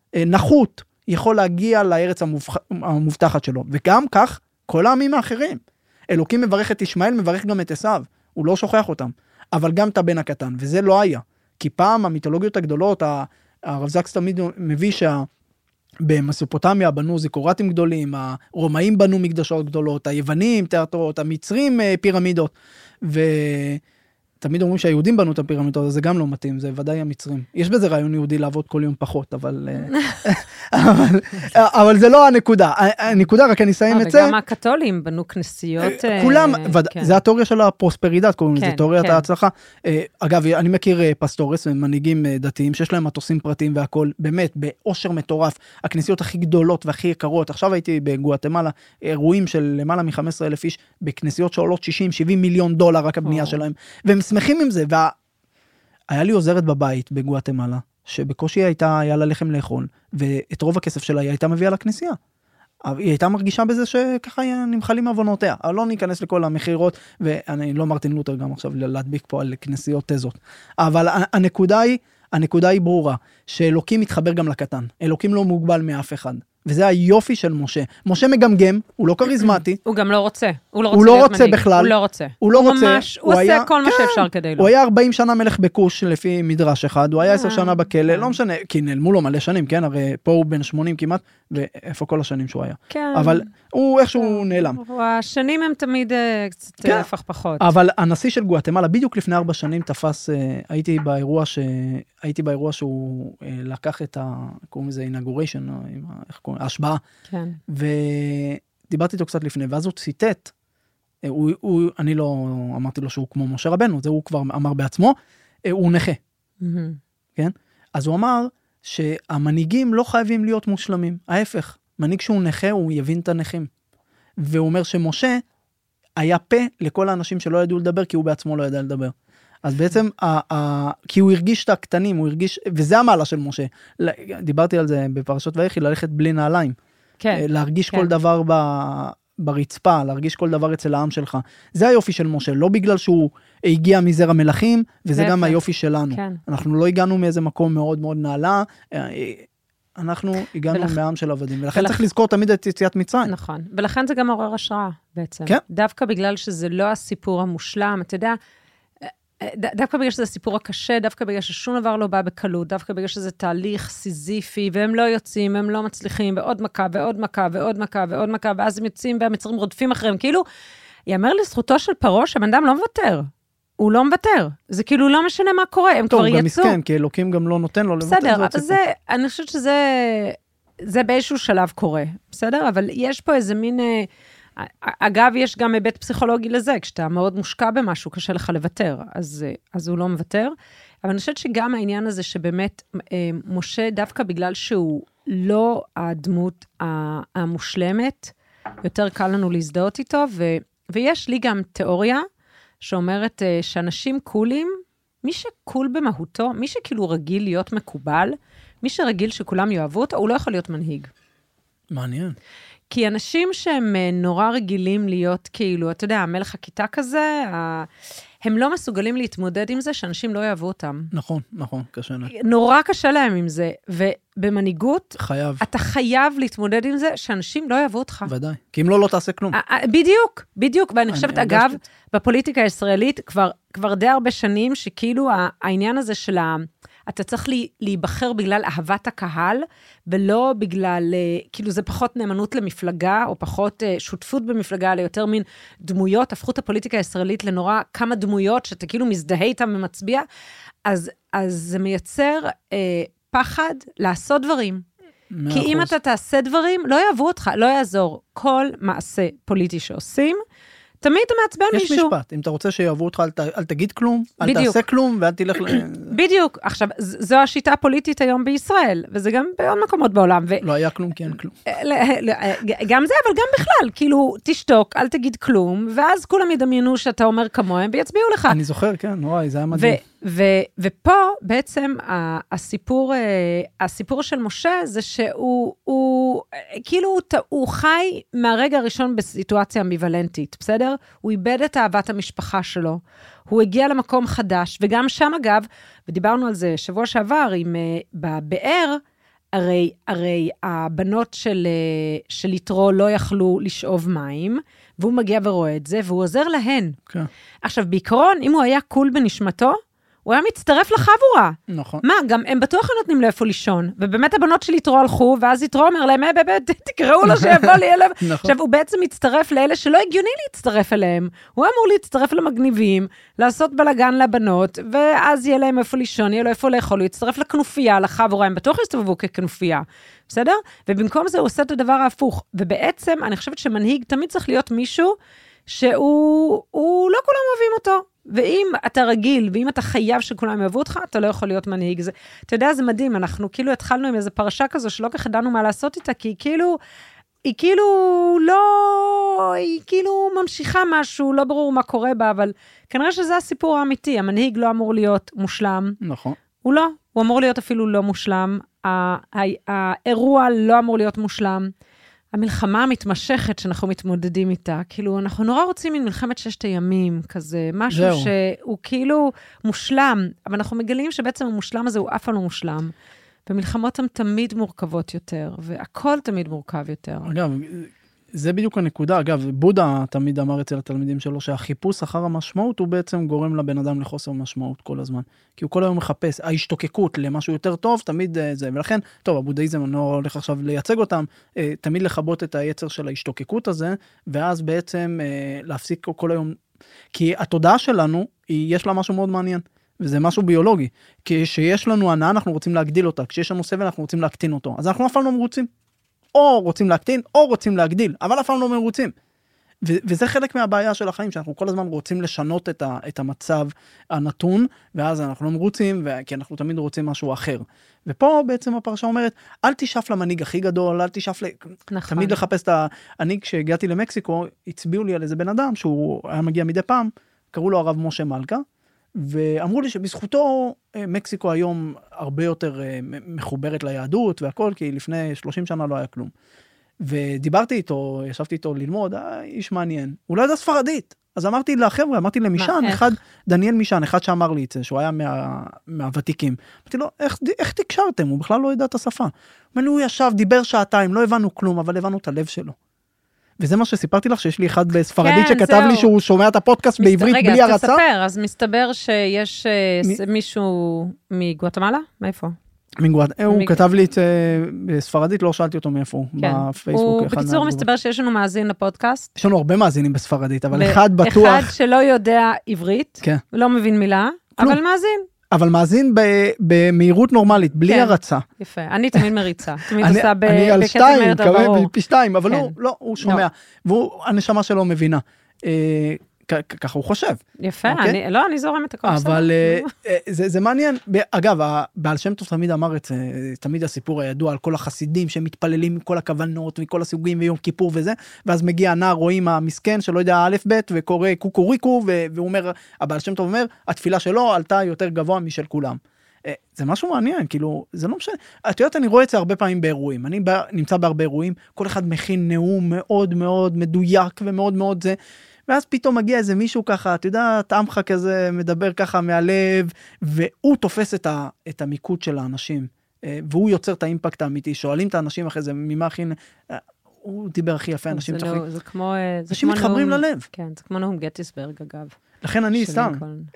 נחות, יכול להגיע לארץ המובח... המובטחת שלו. וגם כך, כל העמים האחרים. אלוקים מברך את ישמעאל, מברך גם את עשיו. הוא לא שוכח אותם. אבל גם את הבן הקטן, וזה לא היה. כי פעם המיתולוגיות הגדולות, הרב זקס תמיד מביא שבמסופוטמיה בנו זיקורטים גדולים, הרומאים בנו מקדשות גדולות, היוונים, תיאטרות, המצרים פירמידות, ותמיד אומרים שהיהודים בנו את הפירמידות, אז זה גם לא מתאים, זה ודאי המצרים. יש בזה רעיון יהודי לעבוד כל יום פחות, אבל, אבל, אבל זה לא הנקודה. הנקודה, רק אני אסיים את זה. וגם הקתולים בנו כנסיות. כולם, זה התיאוריה של הפרוספרידת, קוראים לזה, תיאוריית ההצלחה. אגב, אני מכיר פסטורס, מנהיגים דתיים, שיש להם מטוסים פרטיים והכל, באמת, באושר מטורף, הכנסיות הכי גדולות והכי יקרות. עכשיו הייתי בגואטמלה, אירועים של למעלה מ-חמישה עשר אלף איש, בכנסיות שעולות שישים שבעים מיליון דולר רק הבנייה שלהם, והם שמחים עם זה, והיה לי עוזרת בבית בגואטמלה, שבקושי הייתה, היה לה לחם לאכול, ואת רוב הכסף שלה היא הייתה מביאה לכנסייה. היא הייתה מרגישה בזה שככה נמחלים עוונותיה, אבל לא ניכנס לכל המחירות, ואני לא מרטין לותר גם עכשיו להדביק פה על כנסיות תזות, אבל הנקודה היא, הנקודה היא ברורה, שאלוקים מתחבר גם לקטן, אלוקים לא מוגבל מאף אחד. וזה היופי של משה. משה מגמגם, הוא לא כריזמטי. הוא גם לא רוצה. הוא לא רוצה, הוא לא רוצה בכלל. הוא לא רוצה. הוא לא הוא רוצה. ממש, הוא, הוא עושה היה, כל מה כן, שאפשר כדי לו. הוא היה ארבעים שנה מלך בכוש, לפי מדרש אחד, הוא היה עשר שנה בכלא, לא משנה, כי נעלמו לו מלא שנים, כן? הרי פה הוא בן שמונים כמעט, ואיפה כל השנים שהוא היה. כן. אבל הוא איכשהו נעלם. השנים הם תמיד קצת כן. הפך פחות. אבל הנשיא של גואטמלה, בדיוק לפני ארבע שנים תפס, הייתי באירוע ש... הייתי באירוע שהוא לקח את ה... קוראים לזה inauguration, איך קוראים? ההשבעה. כן. ודיברתי איתו קצת לפני, ואז הוא ציטט, הוא, הוא, אני לא אמרתי לו שהוא כמו משה רבנו, זה הוא כבר אמר בעצמו, הוא נכה. Mm-hmm. כן? אז הוא אמר שהמנהיגים לא חייבים להיות מושלמים, ההפך, מנהיג שהוא נכה, הוא יבין את הנכים. והוא אומר שמשה היה פה לכל האנשים שלא ידעו לדבר, כי הוא בעצמו לא ידע לדבר. אז בעצם, ה, ה, כי הוא הרגיש את הקטנים, הוא הרגיש, וזה המעלה של משה. דיברתי על זה בפרשות ויחי, ללכת בלי נעליים. כן. להרגיש כן. כל דבר ב, ברצפה, להרגיש כל דבר אצל העם שלך. זה היופי של משה, לא בגלל שהוא הגיע מזרע מלכים, וזה גם היופי שלנו. כן. אנחנו לא הגענו מאיזה מקום מאוד מאוד נעלה, אנחנו הגענו ולכ... מהעם של עבדים, ולכן ולכ... צריך לזכור תמיד את יציאת מצרים. נכון, ולכן זה גם עורר השראה בעצם. כן. דווקא בגלל שזה לא הסיפור המושלם, אתה יודע, דווקא בגלל שזה הסיפור הקשה, דווקא בגלל ששום דבר לא בא בקלות, דווקא בגלל שזה תהליך סיזיפי, והם לא יוצאים, הם לא מצליחים, ועוד מכה, ועוד מכה, ועוד מכה, ועוד מכה, ואז הם יוצאים, והמצרים רודפים אחריהם, כאילו, יאמר לזכותו של פרעה, שהבן אדם לא מוותר. הוא לא מוותר. זה כאילו לא משנה מה קורה, הם טוב, כבר יצאו. טוב, גם מסכן, כי אלוקים גם לא נותן לו לוותר. בסדר, אבל זה, אני חושבת שזה, זה באיזשהו שלב קורה, בסדר? אבל יש פה איזה מין, אגב, יש גם היבט פסיכולוגי לזה, כשאתה מאוד מושקע במשהו, קשה לך לוותר, אז, אז הוא לא מוותר. אבל אני חושבת שגם העניין הזה שבאמת, משה, דווקא בגלל שהוא לא הדמות המושלמת, יותר קל לנו להזדהות איתו, ו, ויש לי גם תיאוריה, שאומרת uh, שאנשים קולים, מי שקול במהותו, מי שכאילו רגיל להיות מקובל, מי שרגיל שכולם יאהבו אותו, הוא לא יכול להיות מנהיג. מעניין. כי אנשים שהם uh, נורא רגילים להיות כאילו, אתה יודע, המלך הכיתה כזה, ה... הם לא מסוגלים להתמודד עם זה שאנשים לא יאהבו אותם. נכון, נכון, קשה להם. נורא קשה להם עם זה, ובמנהיגות, חייב. אתה חייב להתמודד עם זה שאנשים לא יאהבו אותך. ודאי, כי אם לא, לא תעשה כלום. בדיוק, בדיוק, ואני חושבת, אגב, בפוליטיקה הישראלית, כבר, כבר די הרבה שנים, שכאילו העניין הזה של ה... אתה צריך להיבחר בגלל אהבת הקהל, ולא בגלל, כאילו זה פחות נאמנות למפלגה, או פחות שותפות במפלגה, אלא יותר מין דמויות, הפכו את הפוליטיקה הישראלית לנורא כמה דמויות, שאתה כאילו מזדהה איתם ומצביע, אז, אז זה מייצר אה, פחד לעשות דברים. כי אם אתה תעשה דברים, לא יאהבו אותך, לא יעזור. כל מעשה פוליטי שעושים, תמיד אתה מעצבן מישהו. יש משפט, אם אתה רוצה שיאהבו אותך, אל, ת, אל תגיד כלום, אל בדיוק. תעשה כלום, ואל תלך... בדיוק. עכשיו, זו השיטה הפוליטית היום בישראל, וזה גם בעוד מקומות בעולם. ו... לא היה כלום, כי אין כלום. גם זה, אבל גם בכלל, כאילו, תשתוק, אל תגיד כלום, ואז כולם ידמיינו שאתה אומר כמוהם, ויצביעו לך. אני זוכר, כן, נורא, זה היה מדהים. ו- ו- ופה בעצם הסיפור, הסיפור של משה זה שהוא, הוא, כאילו הוא חי מהרגע הראשון בסיטואציה אמביוולנטית, בסדר? הוא איבד את אהבת המשפחה שלו, הוא הגיע למקום חדש, וגם שם אגב, ודיברנו על זה שבוע שעבר, עם בבאר, הרי, הרי הבנות של, של יתרו לא יכלו לשאוב מים, והוא מגיע ורואה את זה, והוא עוזר להן. כן. עכשיו, בעיקרון, אם הוא היה קול בנשמתו, הוא היה מצטרף לחבורה. נכון. מה, גם הם בטוח נותנים לאיפה לישון, ובאמת הבנות של יתרו הלכו, ואז יתרו אומר להם, אה, באמת, תקראו לו שיבוא לי אליו. נכון. עכשיו, הוא בעצם מצטרף לאלה שלא הגיוני להצטרף אליהם. הוא אמור להצטרף למגניבים, לעשות בלגן לבנות, ואז יהיה להם איפה לישון, יהיה לו איפה לאכול, הוא יצטרף לכנופיה, לחבורה, הם בטוח יסתובבו ככנופיה. בסדר? ובמקום זה הוא עושה את הדבר ההפוך. ובעצם, אני חושבת שמנהיג תמיד צריך להיות מישהו שהוא, הוא לא כולם אוהבים אותו. ואם אתה רגיל, ואם אתה חייב שכולם יאהבו אותך, אתה לא יכול להיות מנהיג. זה, אתה יודע, זה מדהים, אנחנו כאילו התחלנו עם איזו פרשה כזו, שלא כך ידענו מה לעשות איתה, כי היא כאילו, היא כאילו לא, היא כאילו ממשיכה משהו, לא ברור מה קורה בה, אבל כנראה שזה הסיפור האמיתי, המנהיג לא אמור להיות מושלם. נכון. הוא לא, הוא אמור להיות אפילו לא מושלם, האירוע לא אמור להיות מושלם, המלחמה המתמשכת שאנחנו מתמודדים איתה, כאילו אנחנו נורא רוצים עם מלחמת ששת הימים, כזה, משהו זהו. שהוא כאילו מושלם, אבל אנחנו מגלים שבעצם המושלם הזה הוא אף פעם לא מושלם, ומלחמות הן תמיד מורכבות יותר, והכל תמיד מורכב יותר. אגב, זה בדיוק הנקודה, אגב, בודה תמיד אמר אצל התלמידים שלו, שהחיפוש אחר המשמעות הוא בעצם גורם לבן אדם לחוסר משמעות כל הזמן. כי הוא כל היום מחפש, ההשתוקקות למשהו יותר טוב, תמיד זה, ולכן, טוב, הבודהיזם, אני לא הולך עכשיו לייצג אותם, תמיד לחבות את היצר של ההשתוקקות הזה, ואז בעצם להפסיק כל היום, כי התודעה שלנו, יש לה משהו מאוד מעניין, וזה משהו ביולוגי, כי כשיש לנו הנאה, אנחנו רוצים להגדיל אותה, כשיש לנו סבל, אנחנו רוצים להקטין אותו, אז אנחנו אף פעם לא מרוצים. או רוצים להקטין, או רוצים להגדיל, אבל אף פעם לא מרוצים. ו- וזה חלק מהבעיה של החיים, שאנחנו כל הזמן רוצים לשנות את, ה- את המצב הנתון, ואז אנחנו לא מרוצים, ו- כי אנחנו תמיד רוצים משהו אחר. ופה בעצם הפרשה אומרת, אל תשאף למנהיג הכי גדול, אל תשאף ל... נכון. תמיד לחפש את ה... אני כשהגעתי למקסיקו, הצביעו לי על איזה בן אדם, שהוא היה מגיע מדי פעם, קראו לו הרב משה מלכה, ואמרו לי שבזכותו מקסיקו היום הרבה יותר מחוברת ליהדות והכל, כי לפני שלושים שנה לא היה כלום. ודיברתי איתו, ישבתי איתו ללמוד, אה, איש מעניין. הוא לא ידע ספרדית. אז אמרתי לחבר'ה, אמרתי למישן, אחד, דניאל מישן, אחד שאמר לי את זה, שהוא היה מה, מהוותיקים. אמרתי לו, איך, איך תקשרתם? הוא בכלל לא ידע את השפה. אמרתי, הוא ישב, דיבר שעתיים, לא הבנו כלום, אבל הבנו את הלב שלו. וזה מה שסיפרתי לך, שיש לי אחד בספרדית כן, שכתב זהו. לי שהוא שומע את הפודקאסט מסת... בעברית רגע, בלי הרצה. רגע, תספר, אז מסתבר שיש מ... מישהו מגואטמלה? מאיפה? מגואט... מג... הוא כתב לי את זה בספרדית, לא שאלתי אותו מאיפה, כן. בפייסבוק. הוא... בקיצור, מסתבר שיש לנו מאזין לפודקאסט. יש לנו הרבה מאזינים בספרדית, אבל ב... אחד בטוח... אחד שלא יודע עברית, כן. לא מבין מילה, כלום. אבל מאזין. אבל מאזין במהירות נורמלית, בלי הרצה. יפה, אני תמיד מריצה. תמיד עושה בקצב מהר ברור. פי שתיים, אבל הוא שומע. והוא, הנשמה שלו מבינה. ככה הוא חושב. יפה, לא, אני זורם את הכל. אבל זה מעניין. אגב, בעל שם טוב תמיד אמר את זה, תמיד הסיפור הידוע על כל החסידים שמתפללים מכל הכוונות, מכל הסוגים ויום כיפור וזה, ואז מגיע הנער רואים המסכן שלא יודע א' ב' וקורא קוקוריקו, והוא אומר, הבעל שם טוב אומר, התפילה שלו עלתה יותר גבוה משל כולם. זה משהו מעניין, כאילו, זה לא משנה. את יודעת, אני רואה את זה הרבה פעמים באירועים. אני נמצא בהרבה אירועים, כל אחד מכין נאום מאוד מאוד מדויק ומאוד מאוד זה, ואז פתאום מגיע איזה מישהו ככה, אתה יודע, טעמך כזה מדבר ככה מהלב, והוא תופס את, ה, את המיקוד של האנשים, והוא יוצר את האימפקט האמיתי. שואלים את האנשים אחרי זה, ממה הכי... הוא דיבר הכי יפה, אנשים זה, צוחקים. לא, זה כמו... אנשים מתחברים נאום, ללב. כן, זה כמו נאום גטיסברג, אגב. לכן אני סתם...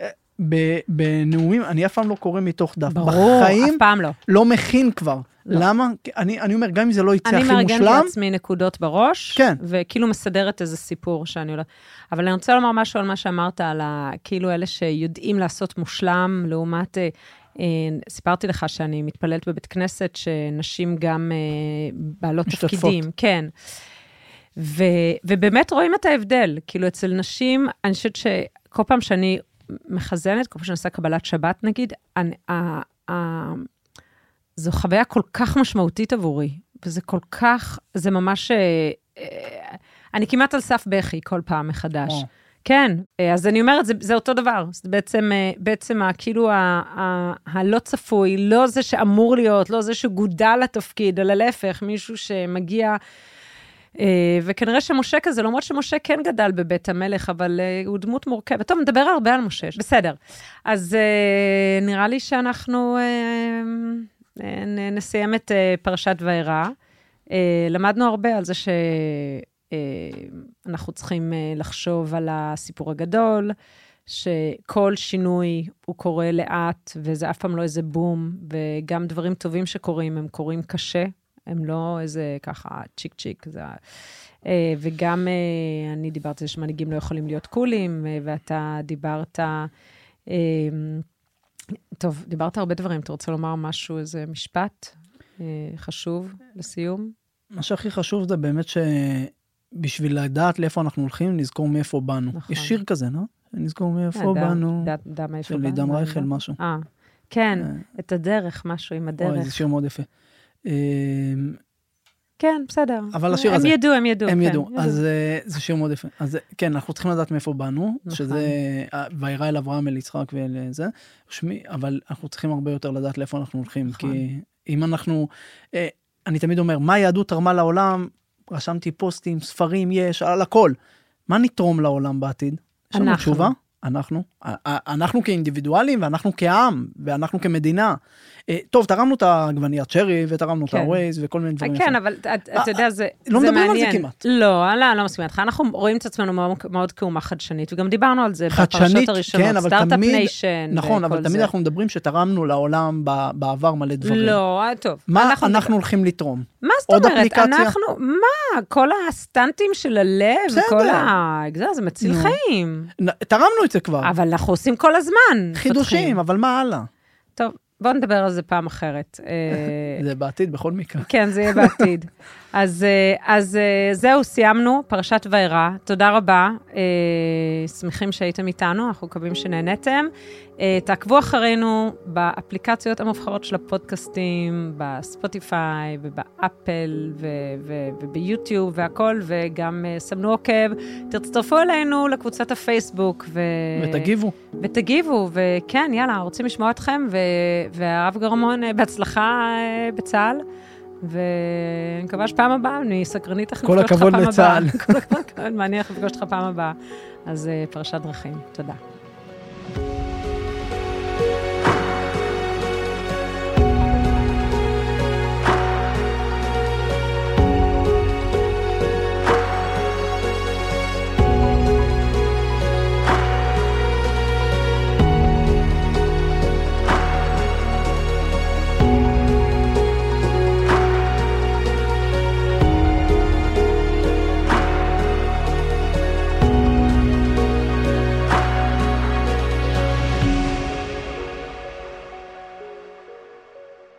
בנאומים, אני אף פעם לא קורא מתוך דף. ברור, בחיים, אף פעם לא. לא מכין כבר. לא. למה? אני, אני אומר, גם אם זה לא יצא הכי מושלם... אני מארגנת לעצמי נקודות בראש, כן. וכאילו מסדרת איזה סיפור שאני לא... אבל אני רוצה לומר משהו על מה שאמרת, על ה... כאילו אלה שיודעים לעשות מושלם, לעומת... אה, אה, סיפרתי לך שאני מתפללת בבית כנסת, שנשים גם אה, בעלות משתתפות. תפקידים. כן. ו, ובאמת רואים את ההבדל. כאילו אצל נשים, אני חושבת שכל פעם שאני... מחזנת, כל פעם שאני עושה קבלת שבת, נגיד, אני, ה, ה, זו חוויה כל כך משמעותית עבורי, וזה כל כך, זה ממש, אני כמעט על סף בכי כל פעם מחדש. Oh. כן, אז אני אומרת, זה, זה אותו דבר, זה בעצם, בעצם כאילו ה, ה, הלא צפוי, לא זה שאמור להיות, לא זה שגודל לתפקיד, אלא להפך, מישהו שמגיע... וכנראה שמשה כזה, למרות שמשה כן גדל בבית המלך, אבל הוא דמות מורכבת. טוב, נדבר הרבה על משה, בסדר. אז נראה לי שאנחנו נסיים את פרשת וירא. למדנו הרבה על זה שאנחנו צריכים לחשוב על הסיפור הגדול, שכל שינוי הוא קורה לאט, וזה אף פעם לא איזה בום, וגם דברים טובים שקורים, הם קורים קשה, הם לא איזה ככה צ'יק צ'יק, זה... וגם אני דיברתי שמנהיגים לא יכולים להיות קולים, ואתה דיברת, טוב, דיברת הרבה דברים, אתה רוצה לומר משהו, איזה משפט חשוב לסיום? מה שהכי חשוב זה באמת שבשביל לדעת לאיפה אנחנו הולכים, נזכור מאיפה באנו. נכון. יש שיר כזה, לא? נזכור מאיפה באנו. דם מאיפה באנו. של דם רייכל, משהו. אה, כן, את הדרך, משהו עם הדרך. אוי, זה שיר מאוד יפה. כן, בסדר. אבל השיר הזה... הם ידעו, הם ידעו. הם ידעו, אז זה שיר מאוד יפה. אז כן, אנחנו צריכים לדעת מאיפה באנו, שזה וירא אל אברהם אל יצחק ולזה, אבל אנחנו צריכים הרבה יותר לדעת לאיפה אנחנו הולכים, כי אם אנחנו... אני תמיד אומר, מה יהדות תרמה לעולם? רשמתי פוסטים, ספרים, יש, על הכל. מה נתרום לעולם בעתיד? יש לנו תשובה? אנחנו. אנחנו כאינדיבידואלים, ואנחנו כעם, ואנחנו כמדינה. טוב, תרמנו את העגבניית שרי, ותרמנו את הווייז, וכל מיני דברים. כן, אבל אתה יודע, זה מעניין. לא מדברים על זה כמעט. לא, אני לא מסכימה איתך. אנחנו רואים את עצמנו מאוד כאומה חדשנית, וגם דיברנו על זה בפרשות הראשונות, סטארט-אפ ניישן. נכון, אבל תמיד אנחנו מדברים שתרמנו לעולם בעבר מלא דברים. לא, טוב. מה אנחנו הולכים לתרום? מה זאת אומרת? אנחנו, מה? כל הסטנטים של הלב, וכל ה... זה מציל חיים. תרמנו את זה כבר. אבל אנחנו עושים כל הזמן. חידושים, אבל מה הלאה? טוב, בואו נדבר על זה פעם אחרת. זה בעתיד בכל מקרה. כן, זה יהיה בעתיד. אז, אז זהו, סיימנו, פרשת וארא. תודה רבה. שמחים שהייתם איתנו, אנחנו מקווים שנהנתם. תעקבו אחרינו באפליקציות המובחרות של הפודקאסטים, בספוטיפיי ובאפל ו- ו- וביוטיוב והכל, וגם סמנו עוקב. תצטרפו אלינו לקבוצת הפייסבוק. ו- ותגיבו. ותגיבו, וכן, יאללה, רוצים לשמוע אתכם, ו- והרב גרמון בהצלחה בצה"ל. ואני מקווה שפעם הבאה, אני סקרנית איך כל הכבוד לצה"ל. כל הכבוד, מעניין איך לפגוש אותך פעם הבאה. אז פרשת דרכים, תודה.